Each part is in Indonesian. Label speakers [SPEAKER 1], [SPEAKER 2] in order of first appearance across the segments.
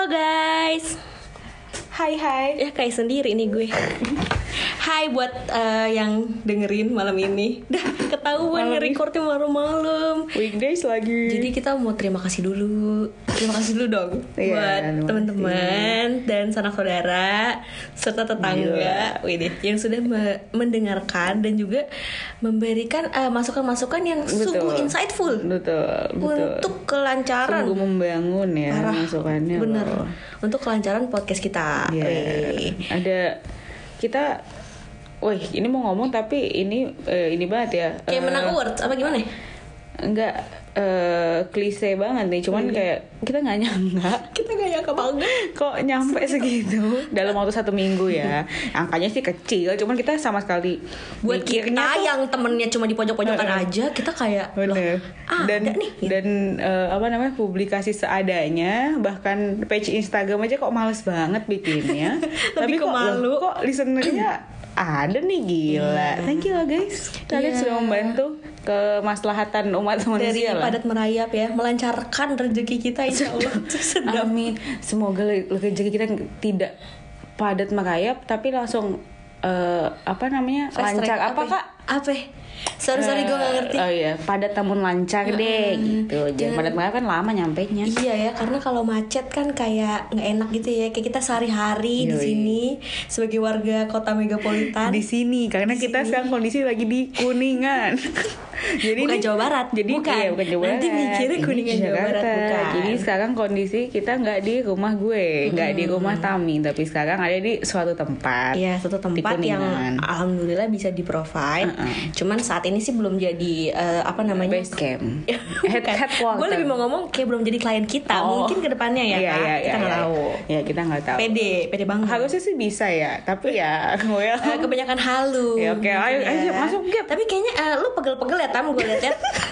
[SPEAKER 1] Halo guys.
[SPEAKER 2] Hai.
[SPEAKER 1] Ya kayak sendiri nih gue. Hai buat yang dengerin malam ini. Dah ketahuan nge-recordnya malam-malam.
[SPEAKER 2] Weekdays lagi.
[SPEAKER 1] Jadi kita mau terima kasih dulu. Terima kasih dulu dong buat teman-teman dan sanak saudara serta tetangga yang sudah mendengarkan dan juga memberikan masukan-masukan yang sungguh insightful.
[SPEAKER 2] Betul.
[SPEAKER 1] Untuk kelancaran.
[SPEAKER 2] Sungguh membangun ya masukannya.
[SPEAKER 1] Bener. Untuk kelancaran podcast kita.
[SPEAKER 2] Ada kita. Wih, ini mau ngomong tapi ini banget ya.
[SPEAKER 1] Kayak menang awards apa gimana?
[SPEAKER 2] Enggak klise banget nih, cuman kayak kita nggak nyangka
[SPEAKER 1] banget
[SPEAKER 2] kok nyampe segitu dalam waktu 1 minggu ya. Angkanya sih kecil, cuman kita sama sekali
[SPEAKER 1] buat kita yang temennya cuma di pojok-pojokan aja, kita kayak
[SPEAKER 2] bener. Dan publikasi seadanya, bahkan page Instagram aja kok males banget bikinnya. Tapi kok malu, kok listenernya ada nih, gila. Thank you lah guys, kalian sudah membantu kemaslahatan umat manusia
[SPEAKER 1] dari padat merayap ya, melancarkan rezeki kita insya Allah.
[SPEAKER 2] Amin. Semoga rezeki kita tidak padat merayap tapi langsung lancar. Apa?
[SPEAKER 1] Sorry gue gak ngerti.
[SPEAKER 2] Oh iya, padat namun lancar deh gitu. Jangan padat merayap kan lama nyampenya.
[SPEAKER 1] Iya ya, karena kalau macet kan kayak nggak enak gitu ya. Kayak kita sehari-hari di sini sebagai warga kota megapolitan.
[SPEAKER 2] Di sini karena kita sekarang kondisi lagi di Kuningan. Jadi
[SPEAKER 1] bukan Jawa Barat.
[SPEAKER 2] Jadi bukan Jawa Barat.
[SPEAKER 1] Nanti mikirnya Kuningan Jawa Barat bukan.
[SPEAKER 2] Jadi sekarang kondisi kita nggak di rumah gue, nggak di rumah Tami, tapi sekarang ada di suatu tempat.
[SPEAKER 1] Iya, suatu tempat yang alhamdulillah bisa di-provide. Cuman saat ini sih belum jadi
[SPEAKER 2] base camp. Headquarter.
[SPEAKER 1] Gue lebih mau ngomong kayak belum jadi klien kita. Mungkin kedepannya ya kan. Kita nggak tahu.
[SPEAKER 2] Ya kita nggak tahu.
[SPEAKER 1] Pede banget.
[SPEAKER 2] Harusnya sih bisa ya, tapi ya
[SPEAKER 1] kebanyakan halu.
[SPEAKER 2] Ya oke, ayo masuk gap.
[SPEAKER 1] Tapi kayaknya lu pegel-pegel ya Tam, gue liat.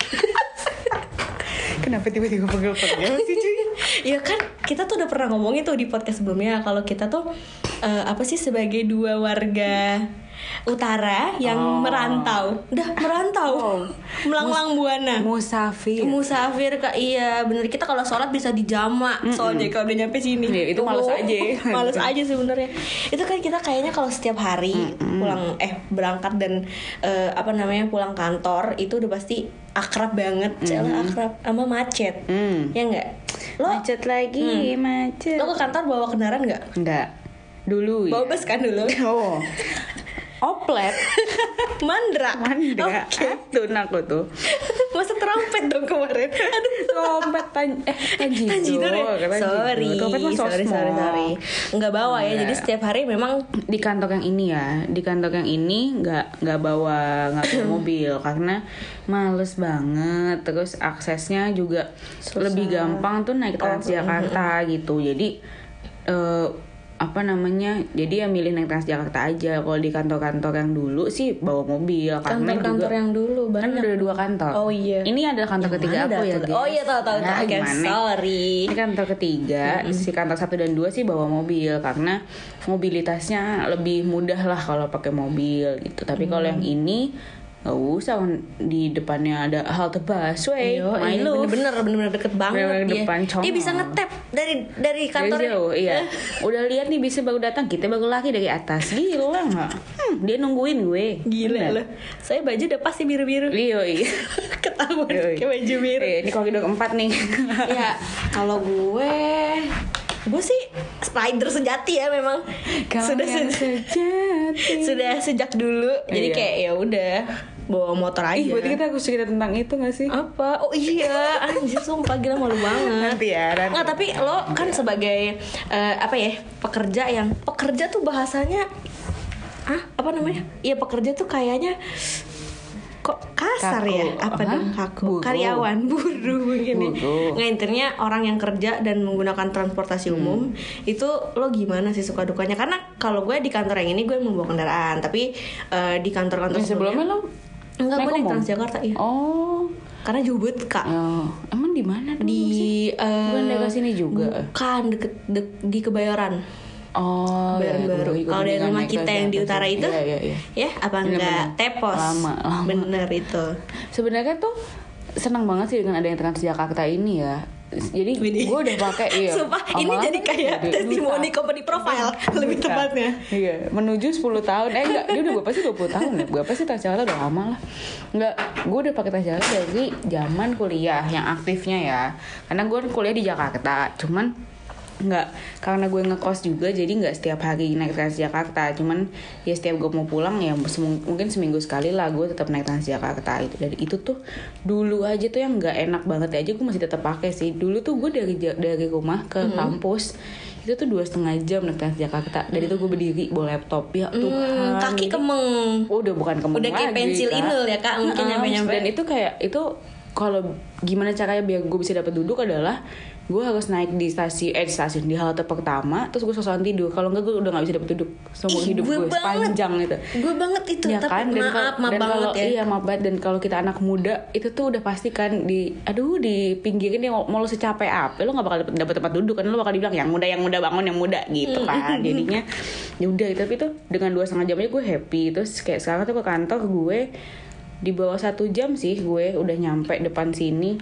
[SPEAKER 2] Kenapa tiba-tiba pegel-pegel sih cuy?
[SPEAKER 1] Ya kan kita tuh udah pernah ngomongin tuh di podcast sebelumnya kalau kita tuh sebagai 2 warga utara yang merantau melanglang buana, musafir Kak. Iya bener, kita kalau sholat bisa dijamak soalnya kalau udah nyampe sini
[SPEAKER 2] ya, itu males
[SPEAKER 1] aja sebenarnya. Itu kan kita kayaknya kalau setiap hari pulang berangkat dan pulang kantor itu udah pasti akrab banget. Akrab sama macet. Ya enggak?
[SPEAKER 2] Macet lagi.
[SPEAKER 1] Lo ke kantor bawa kendaraan
[SPEAKER 2] enggak dulu
[SPEAKER 1] bawa bus kan dulu.
[SPEAKER 2] Oplet
[SPEAKER 1] Mandra.
[SPEAKER 2] Okay. Tuh aku tuh
[SPEAKER 1] masa trompet dong kemarin. Aduh,
[SPEAKER 2] trompet Tanjidor ya? Sorry.
[SPEAKER 1] Nggak bawa ya. Jadi setiap hari memang
[SPEAKER 2] di kantor yang ini nggak bawa mobil karena males banget. Terus aksesnya juga susah. Lebih gampang tuh naik Transjakarta gitu. Jadi jadi ya milih naik Transjakarta aja. Kalau di kantor-kantor yang dulu sih bawa mobil.
[SPEAKER 1] Kantor yang dulu banyak.
[SPEAKER 2] Kan udah 2 kantor.
[SPEAKER 1] Oh iya.
[SPEAKER 2] Ini adalah kantor ketiga aku ya guys.
[SPEAKER 1] Oh iya tahu. Oke, sorry.
[SPEAKER 2] Ini kantor ketiga. Si kantor 1 dan 2 sih bawa mobil karena mobilitasnya lebih mudah lah kalau pakai mobil gitu. Tapi kalau yang ini nggak usah, di depannya ada halte busway. Bener-bener deket banget dia bisa ngetap dari kantor jauh. Iya. Udah lihat nih bisa baru datang, kita baru lari dari atas. Gila nggak? Dia nungguin gue.
[SPEAKER 1] Gila lah. Saya baju udah pasti biru-biru.
[SPEAKER 2] Iya.
[SPEAKER 1] Ketahuan kayak baju biru.
[SPEAKER 2] Ini koridor 4 nih.
[SPEAKER 1] Ya kalau gue sih spider sejati ya memang. Sudah sejak dulu. Jadi kayak ya udah bawa motor aja.
[SPEAKER 2] Berarti kita harus cerita tentang itu gak sih?
[SPEAKER 1] Apa? Oh iya, anjir sumpah gila malu banget.
[SPEAKER 2] Nanti. Nggak,
[SPEAKER 1] tapi lo kan sebagai pekerja tuh bahasanya Iya pekerja tuh kayaknya kok kasar kaku. Ya? Apa dong kaku? Buruh. Karyawan, buruh mungkin ya. Nggak, intinya orang yang kerja dan menggunakan transportasi umum itu lo gimana sih suka dukanya? Karena kalau gue di kantor yang ini gue membawa kendaraan, tapi di kantor-kantor
[SPEAKER 2] sebelumnya lo
[SPEAKER 1] enggak, gue naik Transjakarta ya.
[SPEAKER 2] Oh,
[SPEAKER 1] karena jauh banget Kak.
[SPEAKER 2] Emang di mana? Bukan daerah sini juga.
[SPEAKER 1] Bukan di Kebayoran.
[SPEAKER 2] Oh,
[SPEAKER 1] Kebayoran baru. Kalau dari rumah kita yang di utara itu, ya apa enggak tepos.
[SPEAKER 2] Lama.
[SPEAKER 1] Bener itu.
[SPEAKER 2] Sebenarnya tuh senang banget sih dengan adanya Transjakarta ini ya. jadi gue udah pakai
[SPEAKER 1] Sumpah, ini jadi kayak testimoni company profile lebih tepatnya.
[SPEAKER 2] Iya, menuju 10 tahun. Enggak, dia udah berapa sih 20 tahun ya? Berapa sih tas Jakarta udah lama lah. Enggak, gue udah pakai tas Jakarta dari zaman kuliah yang aktifnya ya. Karena gue kuliah di Jakarta, cuman nggak, karena gue ngekos juga jadi nggak setiap hari naik Transjakarta, cuman ya setiap gue mau pulang ya mungkin seminggu sekali lah gue tetap naik Transjakarta itu. Dari itu tuh dulu aja tuh yang nggak enak banget aja gue masih tetap pakai sih. Dulu tuh gue dari rumah ke kampus itu tuh 2,5 jam naik Transjakarta. Dari itu gue berdiri bawa laptop, ya Tuhan,
[SPEAKER 1] kaki kemeng.
[SPEAKER 2] Udah bukan kemeng
[SPEAKER 1] udah kayak
[SPEAKER 2] lagi,
[SPEAKER 1] pensil
[SPEAKER 2] Kak.
[SPEAKER 1] inul ya Kak, mungkin nyampe-nyampe.
[SPEAKER 2] Dan itu kayak itu kalau gimana caranya biar gue bisa dapat duduk adalah gue harus naik di stasiun di halte pertama, terus gue sosokan tidur. Kalau enggak gue udah nggak bisa dapet duduk seumur hidup gue sepanjang itu.
[SPEAKER 1] Gue banget itu,
[SPEAKER 2] ya
[SPEAKER 1] tapi
[SPEAKER 2] kan?
[SPEAKER 1] maaf banget ya.
[SPEAKER 2] Iya maaf banget. Dan kalau kita anak muda itu tuh udah pasti kan di pinggirin yang mau lo secapek apa, lo nggak bakal dapet tempat duduk kan, lo bakal dibilang yang muda bangun yang muda gitu kan. Jadinya ya udah, tapi tuh dengan 2,5 jam aja gue happy. Terus kayak sekarang tuh ke kantor gue di bawah 1 jam sih gue udah nyampe depan sini.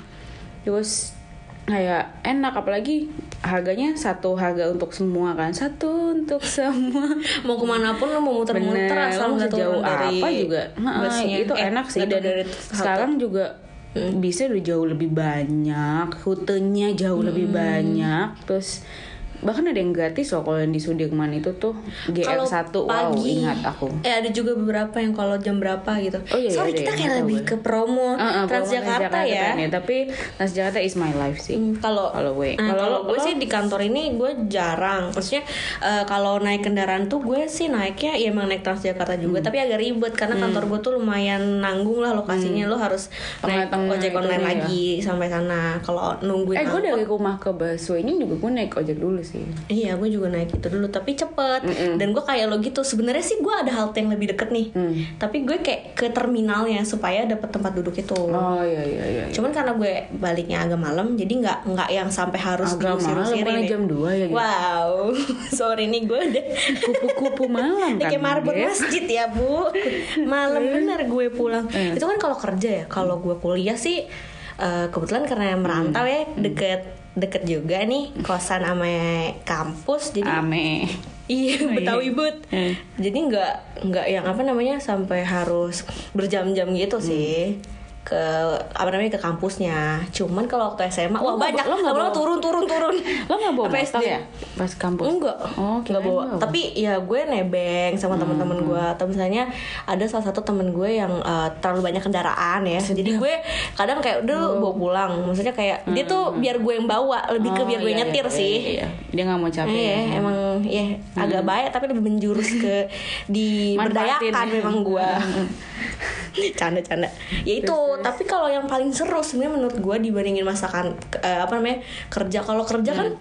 [SPEAKER 2] Terus kayak enak, apalagi harganya satu harga untuk semua kan, satu untuk semua.
[SPEAKER 1] Mau kemana pun lo mau muter-muter asal nggak
[SPEAKER 2] jauh
[SPEAKER 1] turun dari
[SPEAKER 2] apa juga itu enak sih. Dan sekarang juga bisa udah jauh lebih banyak, rutenya jauh lebih banyak. Terus bahkan ada yang gratis loh kalau yang di Sudirman itu tuh GR1. Wow, ingat aku.
[SPEAKER 1] Ada juga beberapa yang kalau jam berapa gitu.
[SPEAKER 2] Oh, iya,
[SPEAKER 1] sorry, kita kayak lebih ke promo Transjakarta ya.
[SPEAKER 2] Tapi Transjakarta is my life sih.
[SPEAKER 1] Kalau gue sih di kantor ini gue jarang. Maksudnya kalau naik kendaraan tuh gue sih naiknya ya emang naik Transjakarta juga, tapi agak ribet karena kantor gue tuh lumayan nanggung lah lokasinya. Lo harus naik ojek online lagi sampai sana. Kalau nungguin
[SPEAKER 2] gue dari rumah ke busway ini juga gue naik ojek dulu sih.
[SPEAKER 1] Iya, gue juga naik itu dulu, tapi cepet. Dan gue kayak lo gitu. Sebenarnya sih gue ada halte yang lebih deket nih, tapi gue kayak ke terminalnya supaya dapet tempat duduk itu.
[SPEAKER 2] Oh iya.
[SPEAKER 1] Cuman karena gue baliknya agak malam, jadi nggak yang sampai harus
[SPEAKER 2] diusir-usirin. Jam 2 ya gitu.
[SPEAKER 1] Wow, sorry nih gue udah
[SPEAKER 2] kupu-kupu malam kan.
[SPEAKER 1] Kayak marbot masjid ya Bu. Malam bener gue pulang. Itu kan kalau kerja ya. Kalau gue kuliah sih kebetulan karena merantau ya, deket juga nih kosan sama kampus, jadi iya Betawi but. Jadi nggak yang sampai harus berjam-jam gitu sih ke ke kampusnya. Cuman kalau waktu SMA banyak lo turun lo
[SPEAKER 2] nggak bawa motor ya pas kampus?
[SPEAKER 1] Enggak bawa. Tapi ya gue nebeng sama teman-teman gue. Atau misalnya ada salah satu temen gue yang terlalu banyak kendaraan ya. Jadi gue kadang kayak udah bawa pulang. Maksudnya kayak dia tuh biar gue yang bawa, lebih ke biar gue nyetir sih.
[SPEAKER 2] Iya. Dia nggak mau capek.
[SPEAKER 1] Emang agak baik tapi lebih menjurus ke diberdayakan memang gue. Canda ya itu. Tapi kalau yang paling seru sebenarnya menurut gue dibandingin masakan kerja, kalau kerja kan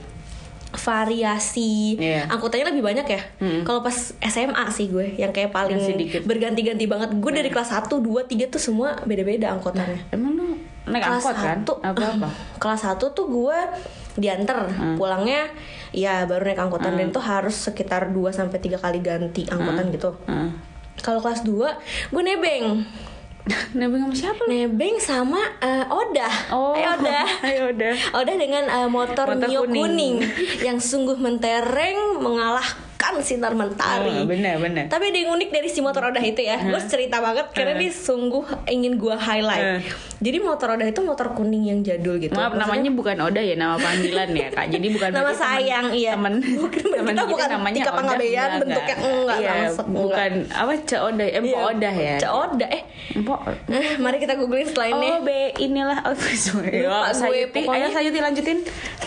[SPEAKER 1] variasi angkutannya lebih banyak ya. Kalau pas SMA sih gue yang kayak paling berganti-ganti banget. Gue dari kelas 1, 2, 3 tuh semua beda-beda angkutannya.
[SPEAKER 2] Emang lu naik angkot kan? Apa?
[SPEAKER 1] Kelas 1 tuh gue diantar, pulangnya ya baru naik angkutan. Dan itu harus sekitar 2-3 kali ganti angkutan gitu. Kalau kelas 2 gue nebeng.
[SPEAKER 2] Nebeng sama siapa?
[SPEAKER 1] Nebeng sama Oda. Ayo Oda dengan motor Mio kuning yang sungguh mentereng mengalahkan sinar mentari.
[SPEAKER 2] Bener.
[SPEAKER 1] Tapi ada yang unik dari si motor Oda itu ya. Gue cerita banget karena dia sungguh ingin gue highlight. Jadi motor Oda itu motor kuning yang jadul gitu.
[SPEAKER 2] Maaf, namanya bukan Oda ya, nama panggilan ya Kak. Jadi bukan
[SPEAKER 1] nama sayang. Temen kita bukan
[SPEAKER 2] namanya
[SPEAKER 1] Tika Panggabean bentuknya enggak.
[SPEAKER 2] Bukan apa Oda, Empok Oda ya.
[SPEAKER 1] Oda Empok. Mari kita googling setelah ini.
[SPEAKER 2] Inilah Sayuti lanjutin.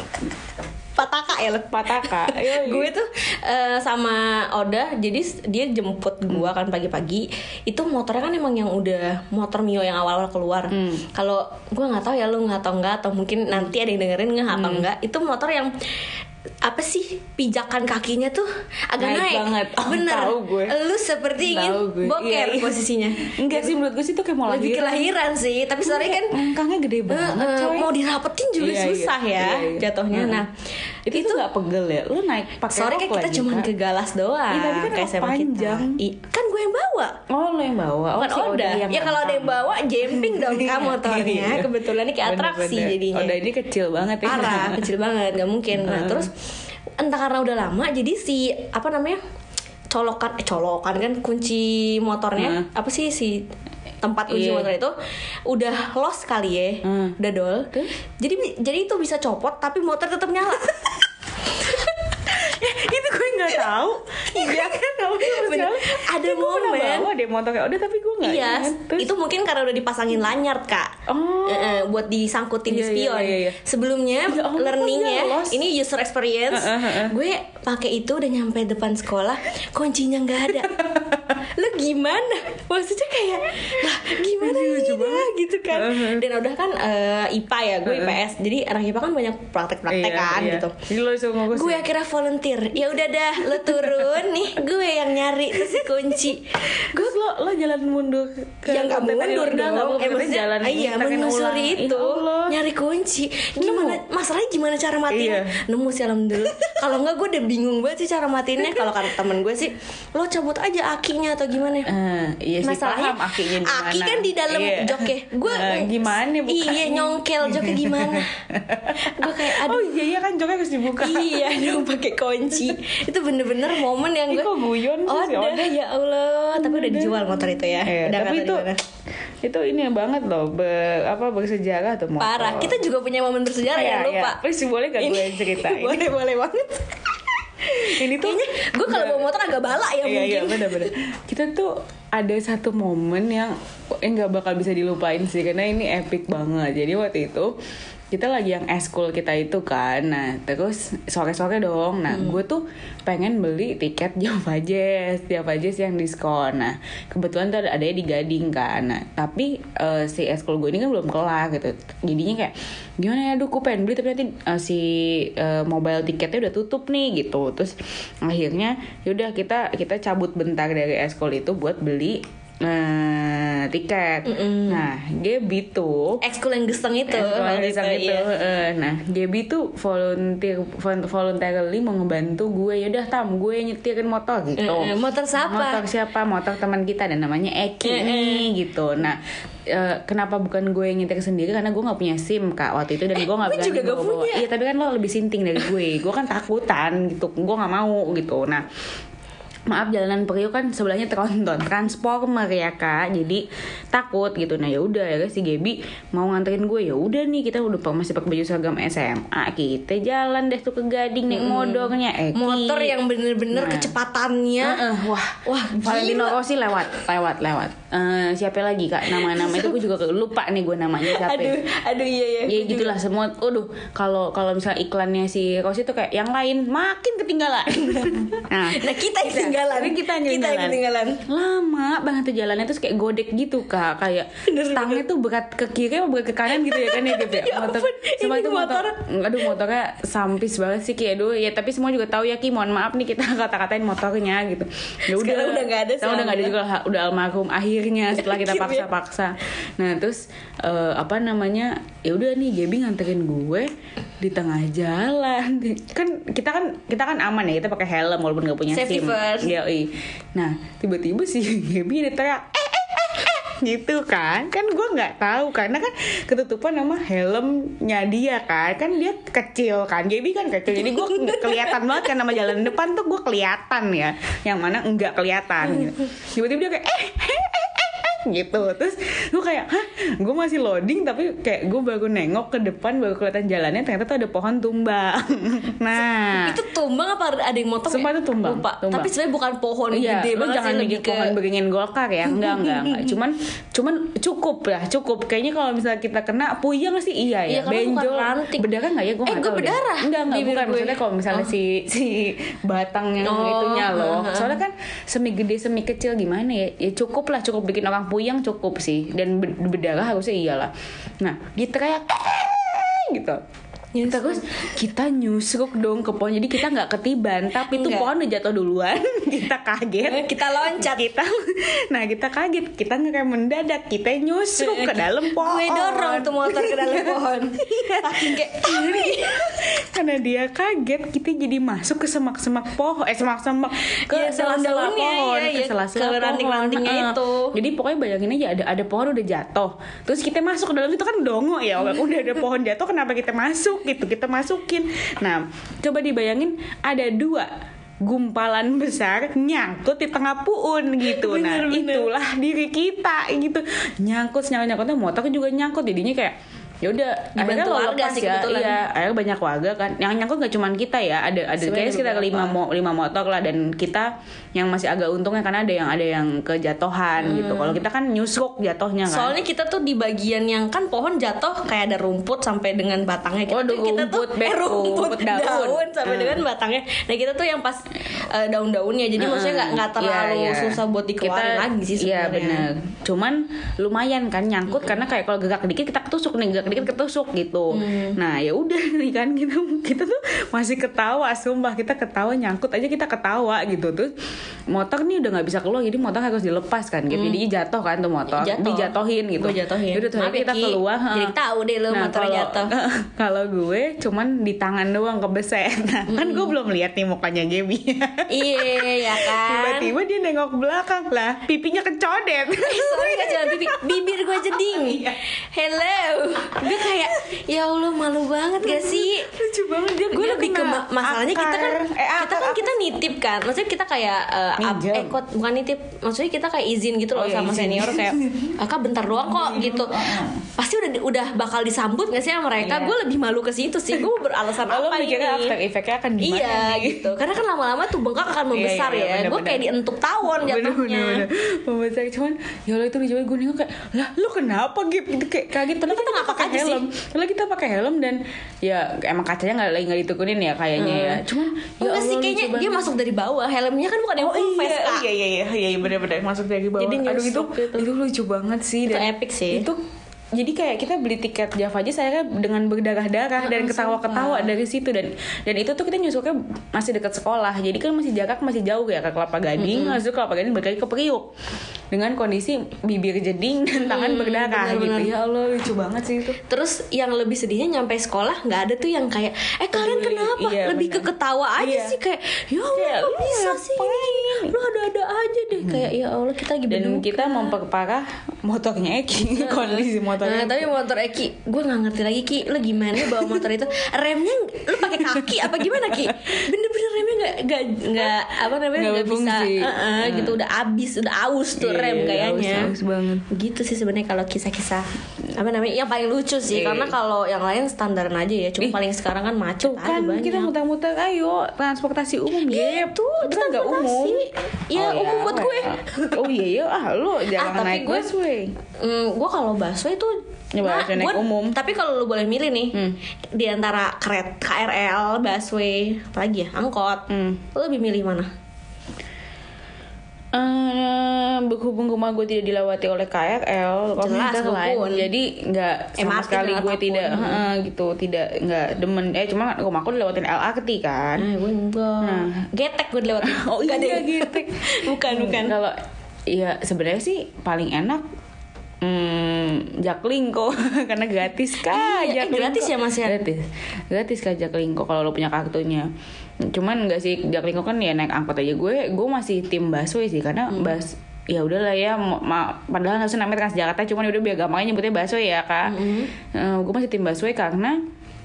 [SPEAKER 2] Pataka.
[SPEAKER 1] Gue tuh sama Oda, jadi dia jemput gue kan pagi-pagi. Itu motornya kan emang yang udah motor Mio yang awal-awal keluar. Kalau gue nggak tahu ya lu nggak tahu nggak, atau mungkin nanti ada yang dengerin nggak atau nggak. Itu motor yang apa sih pijakan kakinya tuh agak naik
[SPEAKER 2] banget.
[SPEAKER 1] Bener.
[SPEAKER 2] Tahu gue.
[SPEAKER 1] Lu seperti ingin boker posisinya.
[SPEAKER 2] Enggak sih, menurut gue sih itu kayak mau
[SPEAKER 1] lebih kelahiran sih, tapi soalnya kan
[SPEAKER 2] langkahnya gede banget coy.
[SPEAKER 1] Mau dirapetin juga susah ya jatuhnya. Nah
[SPEAKER 2] itu tuh nggak pegel ya, lu naik pakai
[SPEAKER 1] sore kan kita cuma ke Galas doang.
[SPEAKER 2] Tapi kan
[SPEAKER 1] kayak sama
[SPEAKER 2] panjang.
[SPEAKER 1] Kan gue yang bawa.
[SPEAKER 2] Oh lo yang bawa.
[SPEAKER 1] Bukan Oda. Ya kalau ada yang bawa jemping dong kamu motornya. Kebetulan ini kayak atraksi jadinya.
[SPEAKER 2] Oda ini kecil banget ya.
[SPEAKER 1] Parah, kecil banget, nggak mungkin. Nah terus entah karena udah lama jadi si apa namanya colokan kan kunci motornya apa sih si tempat kunci motor itu udah lost kali ya, udah dol. Jadi itu bisa copot tapi motor tetap nyala.
[SPEAKER 2] Itu gue nggak tahu. Iya kan,
[SPEAKER 1] ada momen
[SPEAKER 2] bawa deh motornya udah tapi gue nggak.
[SPEAKER 1] Iya, itu mungkin karena udah dipasangin lanyard kak. Buat disangkutin di spion. Sebelumnya learningnya ini user experience. Gue pakai itu udah nyampe depan sekolah, kuncinya nggak ada. Lo gimana? Maksudnya kayak lah gimana gitu kan. Dan udah kan IPA ya, gue IPS. Jadi anak IPA kan banyak praktek-praktek kan gitu. Gue akhirnya volunteer. Ya udah dah, lo turun nih, gue yang nyari terus si kunci.
[SPEAKER 2] Gue lo jalan mundur ke
[SPEAKER 1] ya nggak mundur dong,
[SPEAKER 2] jalan
[SPEAKER 1] menyusuri itu nyari kunci. Gimana masalahnya, gimana cara matiin? Nemu sih alhamdulillah. Kalau nggak gue udah bingung banget sih cara matiinnya. Kalau kata temen gue sih lo cabut aja akinya atau gimana.
[SPEAKER 2] Iya sih,
[SPEAKER 1] masalahnya
[SPEAKER 2] paham akinya gimana.
[SPEAKER 1] Aki kan di dalam joknya gue
[SPEAKER 2] gimana bukan?
[SPEAKER 1] Iya nyongkel joknya gimana. Gue kayak aduh
[SPEAKER 2] iya kan joknya harus dibuka.
[SPEAKER 1] Iya dong pakai kunci. Itu bener-bener momen yang gue
[SPEAKER 2] guyon sih
[SPEAKER 1] udah ya Allah. Tapi udah dijual motor itu ya.
[SPEAKER 2] Tapi itu ini banget loh bersejarah tuh motor.
[SPEAKER 1] Parah. Kita juga punya momen bersejarah ya lupa.
[SPEAKER 2] Please boleh gak gue ceritain?
[SPEAKER 1] boleh banget. Ini tuh gue kalau bawa motor agak balak ya mungkin.
[SPEAKER 2] Iya benar-benar. Kita tuh ada satu momen yang nggak bakal bisa dilupain sih karena ini epic banget. Jadi waktu itu kita lagi yang eskul kita itu kan. Nah terus sore-sore dong. Nah gue tuh pengen beli tiket Java Jazz yang diskon. Nah kebetulan tuh ada di Gading kan. Nah tapi si eskul gue ini kan belum kelar gitu. Jadinya kayak gimana ya, aduh gue pengen beli tapi nanti si mobile tiketnya udah tutup nih gitu. Terus akhirnya yaudah kita cabut bentar dari eskul itu buat beli tiket. Nah Gaby tuh
[SPEAKER 1] ekskul yang geseng itu.
[SPEAKER 2] Nah Gaby tuh voluntarily mau ngebantu gue. Yaudah Tam, gue nyetirin motor gitu.
[SPEAKER 1] Motor siapa?
[SPEAKER 2] Motor teman kita dan namanya Eki nih gitu. Nah kenapa bukan gue yang nyetir sendiri, karena gue nggak punya SIM kak waktu itu dan gue nggak berani bawa. Iya tapi kan lo lebih sinting dari gue kan takutan gitu, gue nggak mau gitu. Nah maaf jalanan Priok kan sebelahnya tronton Transformer ya kak, jadi takut gitu. Nah ya udah ya si Gaby mau nganterin gue. Ya udah nih kita udah masih pakai baju seragam SMA, kita jalan deh tuh ke Gading naik motornya
[SPEAKER 1] motor yang bener-bener kecepatannya wah
[SPEAKER 2] Valentino Rossi lewat siapa lagi kak nama itu gue juga lupa nih gue namanya siapa.
[SPEAKER 1] aduh iya
[SPEAKER 2] ya gitulah semua. Kalau misalnya iklannya si Rossi tuh kayak yang lain makin ketinggalan. nah kita ketinggalan lama banget tuh jalannya, terus kayak godek gitu kak, kayak stangnya tuh berat ke kiri atau berat ke kanan gitu ya kan ya gitu ya. Motornya sampis banget sih kayak ya tapi semua juga tahu ya Ki, mohon maaf nih kita kata-katain motornya gitu. Ya udah
[SPEAKER 1] nggak ada
[SPEAKER 2] juga, udah almarhum akhirnya setelah kita paksa-paksa. Nah terus ya udah nih Gaby nganterin gue di tengah jalan kan kita kan aman ya, kita pakai helm walaupun nggak punya
[SPEAKER 1] safety
[SPEAKER 2] SIM. Nah tiba-tiba si Gaby ada teriak gitu kan gue nggak tahu karena kan ketutupan sama helmnya dia kan dia kecil kan, Gaby kan kecil, jadi gue nggak kelihatan banget kan sama jalan depan tuh gue kelihatan ya, yang mana enggak kelihatan gitu. Tiba-tiba dia kayak gitu. Terus gue kayak gue masih loading tapi kayak gue baru nengok ke depan baru kelihatan jalannya, ternyata tuh ada pohon tumbang. Nah
[SPEAKER 1] itu tumbang apa ada yang motong?
[SPEAKER 2] Sumpah itu tumbang.
[SPEAKER 1] Tapi sebenarnya bukan pohon gede banget.
[SPEAKER 2] Jangan bikin pohon beringin Golkar ya, enggak. Cuman cukup kayaknya kalau misalnya kita kena puyeng sih iya ya. Benjol berdarah nggak ya, gue nggak tahu.
[SPEAKER 1] Gue berdarah
[SPEAKER 2] enggak bukan maksudnya kalau misalnya si batangnya itunya loh, soalnya kan semi gede semi kecil gimana ya cukup bikin orang puyeng cukup sih, dan berdarah harusnya iyalah. Nah gitu kayak gitu Terus kita nyusruk dong ke pohon. Jadi kita nggak ketiban, tapi tuh pohon udah jatuh duluan. Kita kaget,
[SPEAKER 1] kita loncat.
[SPEAKER 2] Kita kaget, kita ngerem mendadak, kita nyusruk ke dalam pohon.
[SPEAKER 1] Gue dorong tuh motor ke dalam pohon. Saking kayak
[SPEAKER 2] karena dia kaget, kita jadi masuk ke semak-semak pohon, semak-semak ke sela-sela pohon, ke sela-sela
[SPEAKER 1] ranting-rantingnya itu.
[SPEAKER 2] Jadi pokoknya bayangin aja ada pohon udah jatuh, terus kita masuk ke dalam itu kan dongo ya, udah ada pohon jatuh, kenapa kita masuk gitu, kita masukin. Nah coba dibayangin ada 2 gumpalan besar nyangkut di tengah puun gitu. Nah itulah diri kita gitu, nyangkutnya motor juga nyangkut, jadinya kayak ya udah akhirnya lo lepas ya. Iya, akhirnya banyak warga kan yang nyangkut, nggak cuma kita ya, ada kayaknya sekitar 5 motor lah, dan kita yang masih agak untungnya karena ada yang kejatuhan gitu. Kalau kita kan nyusruk jatuhnya kan,
[SPEAKER 1] soalnya kita tuh di bagian yang kan pohon jatuh kayak ada rumput sampai dengan batangnya, kita tuh rumput daun sampai dengan batangnya. Nah kita tuh yang pas daun-daunnya, jadi maksudnya nggak terlalu susah buat dikeluarin lagi sih sebenarnya.
[SPEAKER 2] Iya benar, cuman lumayan kan nyangkut karena kayak kalau gerak dikit kita ketusuk nih, gerak dikit ketusuk gitu. Nah ya udah nih kan, kita tuh masih ketawa, sumpah kita ketawa, nyangkut aja kita ketawa gitu. Terus motor nih udah nggak bisa keluar, jadi motor harus dilepas kan gitu. Jadi jatuh kan tuh motor, dijatuhin gitu.
[SPEAKER 1] Udah
[SPEAKER 2] tuh kita keluar.
[SPEAKER 1] Jadi tahu deh lo motor jatuh.
[SPEAKER 2] Kalau gue cuman di tangan doang kebeset. Nah, kan gue belum lihat nih mukanya Gaby.
[SPEAKER 1] Iya ya kan.
[SPEAKER 2] Tiba-tiba dia nengok belakang lah, pipinya kecodet.
[SPEAKER 1] Sorry gak jalan pipi, bibir gue jeding. Hello. Gue kayak ya Allah malu banget gak sih?
[SPEAKER 2] Lucu banget dia.
[SPEAKER 1] Gue lebih ke masalahnya kita nitip kan. Maksudnya kita kayak bukan nitip, maksudnya kita kayak izin gitu loh sama senior kayak Kak bentar doang kok gitu. Pasti udah bakal disambut gak sih sama mereka? Gue lebih malu ke situ sih. Gue beralasan apa ini?
[SPEAKER 2] Mikirnya after effect-nya akan gimana?
[SPEAKER 1] Iya gitu. Karena kan lama-lama tuh bengkak akan membesar ya. Gue kayak dientuk tawon jatuhnya.
[SPEAKER 2] Membesar, cuman ya Allah itu dicoba. Gue nengok kayak, lah lu kenapa gitu? Kayak kaget. Padahal kita nggak pakai helm. Padahal kita pakai helm dan ya emang kacanya nggak ditukunin ya kayaknya ya. Cuman
[SPEAKER 1] enggak sih, kayaknya dia masuk dari bawah. Helmnya kan bukan yang full face Kak.
[SPEAKER 2] Iya benar-benar masuk dari bawah.
[SPEAKER 1] Jadi
[SPEAKER 2] aduh itu lucu banget sih.
[SPEAKER 1] Itu epic sih.
[SPEAKER 2] Itu jadi kayak kita beli tiket Java aja saya kan dengan berdarah-darah dan ketawa-ketawa dari situ, dan itu tuh kita nyusuknya masih dekat sekolah, jadi kan masih jauh ya ke Kelapa Gading. Lalu Kelapa Gading balik lagi ke Priuk dengan kondisi bibir jeding dan tangan berdarah gitu. Ya Allah lucu banget sih itu.
[SPEAKER 1] Terus yang lebih sedihnya nyampe sekolah nggak ada tuh yang kayak kalian kenapa? Lebih ke ketawa aja sih, kayak ya Allah kok bisa sih ini? Lu ada-ada aja deh kayak ya Allah kita lagi
[SPEAKER 2] dan kita memperparah motornya Eki. Kondisi motornya.
[SPEAKER 1] Tapi motor Eki, gue nggak ngerti lagi Ki, lu gimana bawa motor itu? Remnya lu pakai kaki apa gimana Ki? Bener-bener remnya nggak bisa gitu, udah abis, udah aus tuh rem kayaknya.
[SPEAKER 2] Aus banget.
[SPEAKER 1] Gitu sih sebenarnya kalau kisah-kisah yang paling lucu sih, karena kalau yang lain standaran aja ya. Cuma paling sekarang kan macet
[SPEAKER 2] kan banyak. Kita muter-muter, ayo transportasi umum
[SPEAKER 1] gitu.
[SPEAKER 2] Kita nggak umum.
[SPEAKER 1] Ya umum buat gue.
[SPEAKER 2] Oh iya lu jangan naik busway.
[SPEAKER 1] Gue kalau busway tuh
[SPEAKER 2] naik umum.
[SPEAKER 1] Tapi kalau lu boleh milih nih di antara KRL, busway, apa lagi ya, angkot, lu lebih milih mana?
[SPEAKER 2] Berhubung rumah gue tidak dilewati oleh KRL, komunitas lain, jadi nggak sama sekali gue tidak gitu, nggak demen. Cuma rumahku dilewatin LRT kan.
[SPEAKER 1] Gue enggak. Getek gue dilewatin.
[SPEAKER 2] Oh iya getek.
[SPEAKER 1] bukan.
[SPEAKER 2] Kalau ya sebenarnya sih paling enak Jaklingko karena gratis kah?
[SPEAKER 1] Gratis ya Mas ya?
[SPEAKER 2] Gratis kah Jaklingko kalau lo punya kartunya. Cuman enggak sih, Jaklingko kan ya naik angkot aja. Gue masih tim busway sih, karena ya udahlah ya, padahal harusnya namanya Transjakarta, cuman udah biar gampangnya nyebutnya busway ya Kak. Gue masih tim busway karena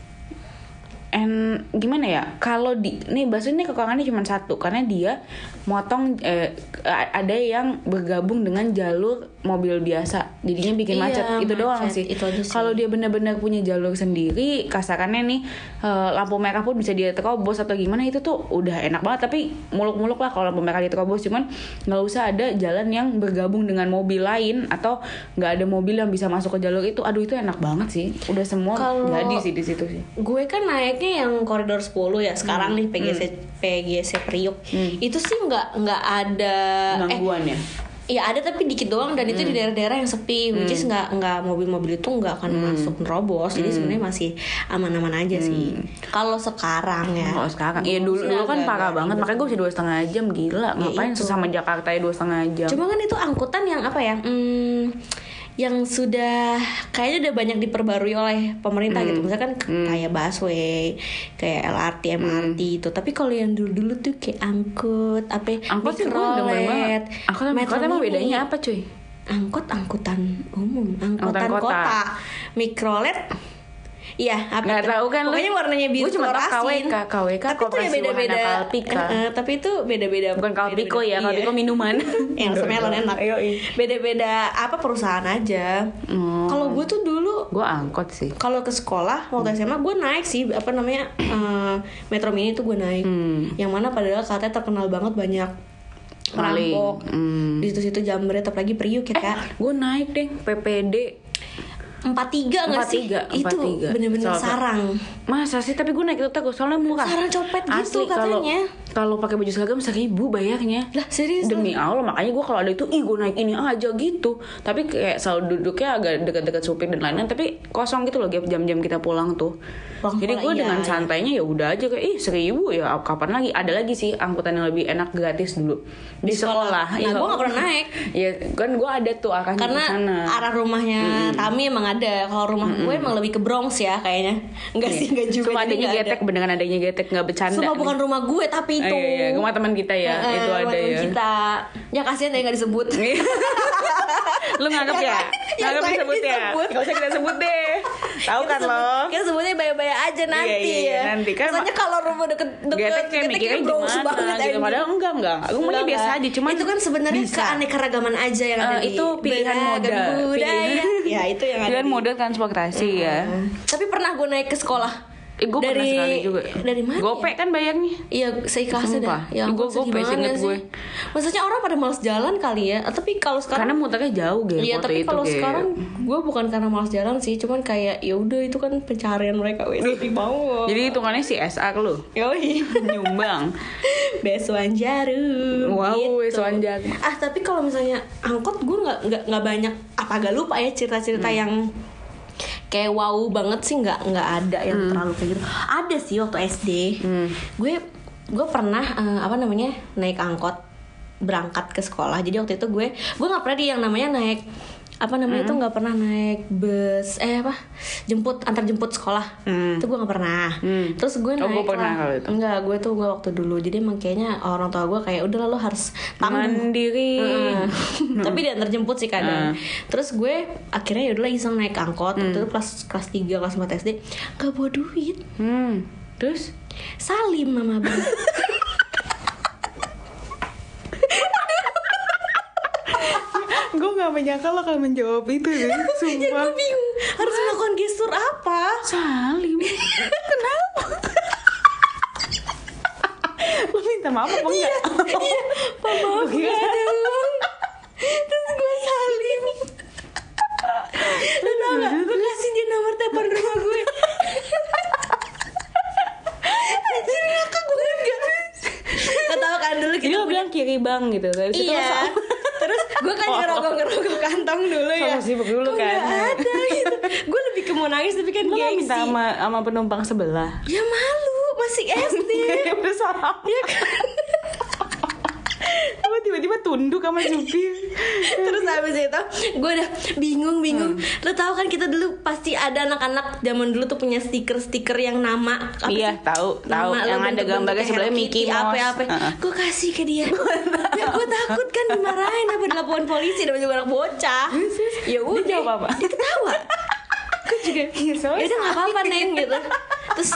[SPEAKER 2] gimana ya, kalau busway ini kekurangannya cuma satu, karena dia motong ada yang bergabung dengan jalur mobil biasa, jadinya bikin macet. Itu doang sih. Kalau dia benar-benar punya jalur sendiri, kasarannya nih lampu merah pun bisa dia terobos atau gimana, itu tuh udah enak banget. Tapi muluk-muluk lah kalau lampu merah diterobos, cuman nggak usah ada jalan yang bergabung dengan mobil lain, atau nggak ada mobil yang bisa masuk ke jalur itu. Aduh itu enak banget sih, udah semua jadi sih di situ sih.
[SPEAKER 1] Gue kan naiknya yang koridor 10 ya sekarang nih, PGC Priuk. Itu sih nggak ada
[SPEAKER 2] gangguan ya.
[SPEAKER 1] Ya ada tapi dikit doang dan itu di daerah-daerah yang sepi, which is nggak mobil-mobil itu nggak akan masuk nerobos, jadi sebenarnya masih aman-aman aja sih. Kalau sekarang ya.
[SPEAKER 2] Kalau sekarang, ya dulu kan parah banget, makanya gue bisa 2,5 jam gila. Ngapain sesama Jakarta ya 2,5 jam.
[SPEAKER 1] Cuma kan itu angkutan yang apa ya? Yang sudah kayaknya udah banyak diperbarui oleh pemerintah gitu, misalkan kayak busway, kayak LRT, MRT itu. Tapi kalau yang dulu tuh kayak angkut mikrolet,
[SPEAKER 2] angkot emang bedanya apa cuy?
[SPEAKER 1] Angkutan umum, angkutan kota. Mikrolet. Iya,
[SPEAKER 2] nggak tahu kan lu.
[SPEAKER 1] Pokoknya warnanya biru.
[SPEAKER 2] Gue cuma tahu KWK
[SPEAKER 1] tapi itu ya beda-beda. Tapi itu beda-beda.
[SPEAKER 2] Bukan Kalpiko ya, Kalpiko minuman.
[SPEAKER 1] Yang semelon enak. Beda-beda apa perusahaan aja. Kalau gue tuh dulu
[SPEAKER 2] gue angkot sih.
[SPEAKER 1] Kalau ke sekolah waktu SMA gue naik sih Metro Mini tuh gue naik. Yang mana padahal katanya terkenal banget banyak perampok. Di situ Jambret apalagi Priuk ya Kak.
[SPEAKER 2] Gue naik deh PPD
[SPEAKER 1] 43 nggak sih? Itu bener-bener sarang.
[SPEAKER 2] Masa sih? Tapi gue naik itu terus soalnya murah.
[SPEAKER 1] Sarang copet gitu katanya.
[SPEAKER 2] Kalau pakai baju seragam 1.000 bayarnya.
[SPEAKER 1] Lah serius?
[SPEAKER 2] Demi Allah, makanya gue kalau ada itu, gue naik ini aja gitu. Tapi kayak selalu duduknya agak dekat-dekat supir dan lain-lain. Tapi kosong gitu loh jam-jam kita pulang tuh. Jadi gue dengan santainya ya udah aja kayak 1.000 ya kapan lagi? Ada lagi sih angkutan yang lebih enak gratis dulu di sekolah.
[SPEAKER 1] Nah gue nggak pernah naik.
[SPEAKER 2] Ya kan gue ada tuh arahnya
[SPEAKER 1] karena
[SPEAKER 2] ke sana.
[SPEAKER 1] Arah rumahnya Tami emang ada. Kalau rumah gue emang lebih ke Bronx ya kayaknya. Enggak sih, enggak juga.
[SPEAKER 2] Cuma adanya getek, beneran adanya getek, nggak bercanda.
[SPEAKER 1] Cuma bukan rumah gue tapi itu.
[SPEAKER 2] Iya, rumah teman kita ya. Itu ada ya.
[SPEAKER 1] Kita. Ya kasihan deh nggak disebut.
[SPEAKER 2] Lu nganggep ya? Nganggep disebut ya? Gak usah kita sebut deh. Tahu kan lo?
[SPEAKER 1] Kita sebutnya bayar-bayar aja nanti ya.
[SPEAKER 2] Nanti kan.
[SPEAKER 1] Soalnya kalau rumah deket
[SPEAKER 2] getek kayak mikirnya gimana gitu. Padahal enggak. Aku maunya biasa aja. Cuman
[SPEAKER 1] itu kan sebenarnya keanekaragaman aja yang ada di
[SPEAKER 2] itu pilihan moda.
[SPEAKER 1] Ya itu yang ada.
[SPEAKER 2] Pilihan moda transportasi ya.
[SPEAKER 1] Tapi pernah gue naik ke sekolah.
[SPEAKER 2] Gue pernah sekali juga.
[SPEAKER 1] Dari mana?
[SPEAKER 2] Gope kan bayarnya.
[SPEAKER 1] Iya, seikhlasnya dah. Ya,
[SPEAKER 2] gue gope seinget gue.
[SPEAKER 1] Maksudnya orang pada malas jalan kali ya. Tapi kalau sekarang
[SPEAKER 2] karena muternya jauh gitu.
[SPEAKER 1] Iya, tapi kalau sekarang gue bukan karena malas jalan sih, cuman kayak ya udah itu kan pencarian mereka lebih mau.
[SPEAKER 2] Jadi hitungannya si SR lu.
[SPEAKER 1] Yoi,
[SPEAKER 2] nyumbang.
[SPEAKER 1] Besuan jarum.
[SPEAKER 2] Wow,
[SPEAKER 1] gitu.
[SPEAKER 2] besuan jarum.
[SPEAKER 1] Tapi kalau misalnya angkot gue nggak banyak agak lupa ya cerita-cerita yang kayak wow banget sih, nggak ada yang terlalu kayak gitu. Ada sih waktu SD gue pernah naik angkot berangkat ke sekolah. Jadi waktu itu gue nggak pernah yang namanya naik itu nggak pernah naik bus antar jemput sekolah. Itu gue nggak pernah. Terus gue naik gue waktu dulu. Jadi emang kayaknya orang tua gue kayak udah lo harus
[SPEAKER 2] mandiri.
[SPEAKER 1] Tapi dia antar jemput sih kadang. Terus gue akhirnya ya udah iseng naik angkot. Itu kelas 3 kelas 4 SD gak bawa duit.
[SPEAKER 2] Terus
[SPEAKER 1] salim mama bang.
[SPEAKER 2] Gue gak menyangka lo akan menjawab itu deh. Sumpah.
[SPEAKER 1] Ya gue bingung harus melakukan gestur apa.
[SPEAKER 2] Salim. Kenapa? Lo minta maaf apa enggak?
[SPEAKER 1] Iya Pak maaf gak ada uang. Terus gue salim. Lo tau gak, gue kasih dia nomor telepon rumah gue. Anjir ngakak gue enggak. Lo tau kan dulu kita
[SPEAKER 2] lo bilang kiri bang gitu.
[SPEAKER 1] Iya. Terus gue kan ngerogoh kantong dulu ya.
[SPEAKER 2] Sama sibuk dulu kan.
[SPEAKER 1] Gak ada gitu. Gue lebih ke mau nangis tapi kan
[SPEAKER 2] gengsi. Lo gak minta sama penumpang sebelah?
[SPEAKER 1] Ya malu, masih SD.
[SPEAKER 2] Udah salah. Ya kan. Tiba-tiba tunduk sama supir.
[SPEAKER 1] Terus habis itu gue udah bingung. Lo tau kan kita dulu pasti ada anak-anak zaman dulu tuh punya stiker yang nama.
[SPEAKER 2] Iya tahu. Yang ada gambarnya sebelahnya Mickey Mouse.
[SPEAKER 1] Gue kasih ke dia. Ya gue takut kan dimarahin apa dilaporin polisi dan juga anak bocah. Ya udah.
[SPEAKER 2] Dia jawab apa?
[SPEAKER 1] Dia ketawa. Gue juga. Ya udah nggak apa-apa neng gitu. Terus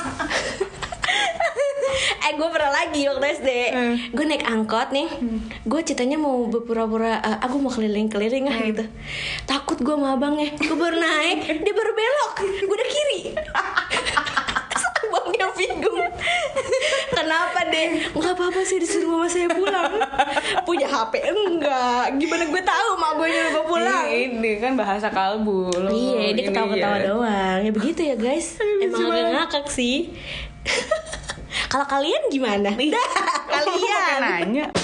[SPEAKER 1] gue pernah lagi waktu SD gue naik angkot nih. Gue ceritanya mau berpura-pura gue mau keliling-keliling gitu. Takut gue sama abangnya. Gue baru naik, dia baru belok, gue udah kiri. Abangnya bingung. Kenapa deh? Nggak apa-apa sih, disuruh mama saya pulang. Punya HP enggak? Gimana gue tahu mak gue nyuruh gue pulang?
[SPEAKER 2] Ini kan bahasa kalbu loh.
[SPEAKER 1] Iya, dia ketawa-ketawa doang. Ya begitu ya guys. Emang agak ngakak sih. Kalau kalian gimana?
[SPEAKER 2] Kalian nanya.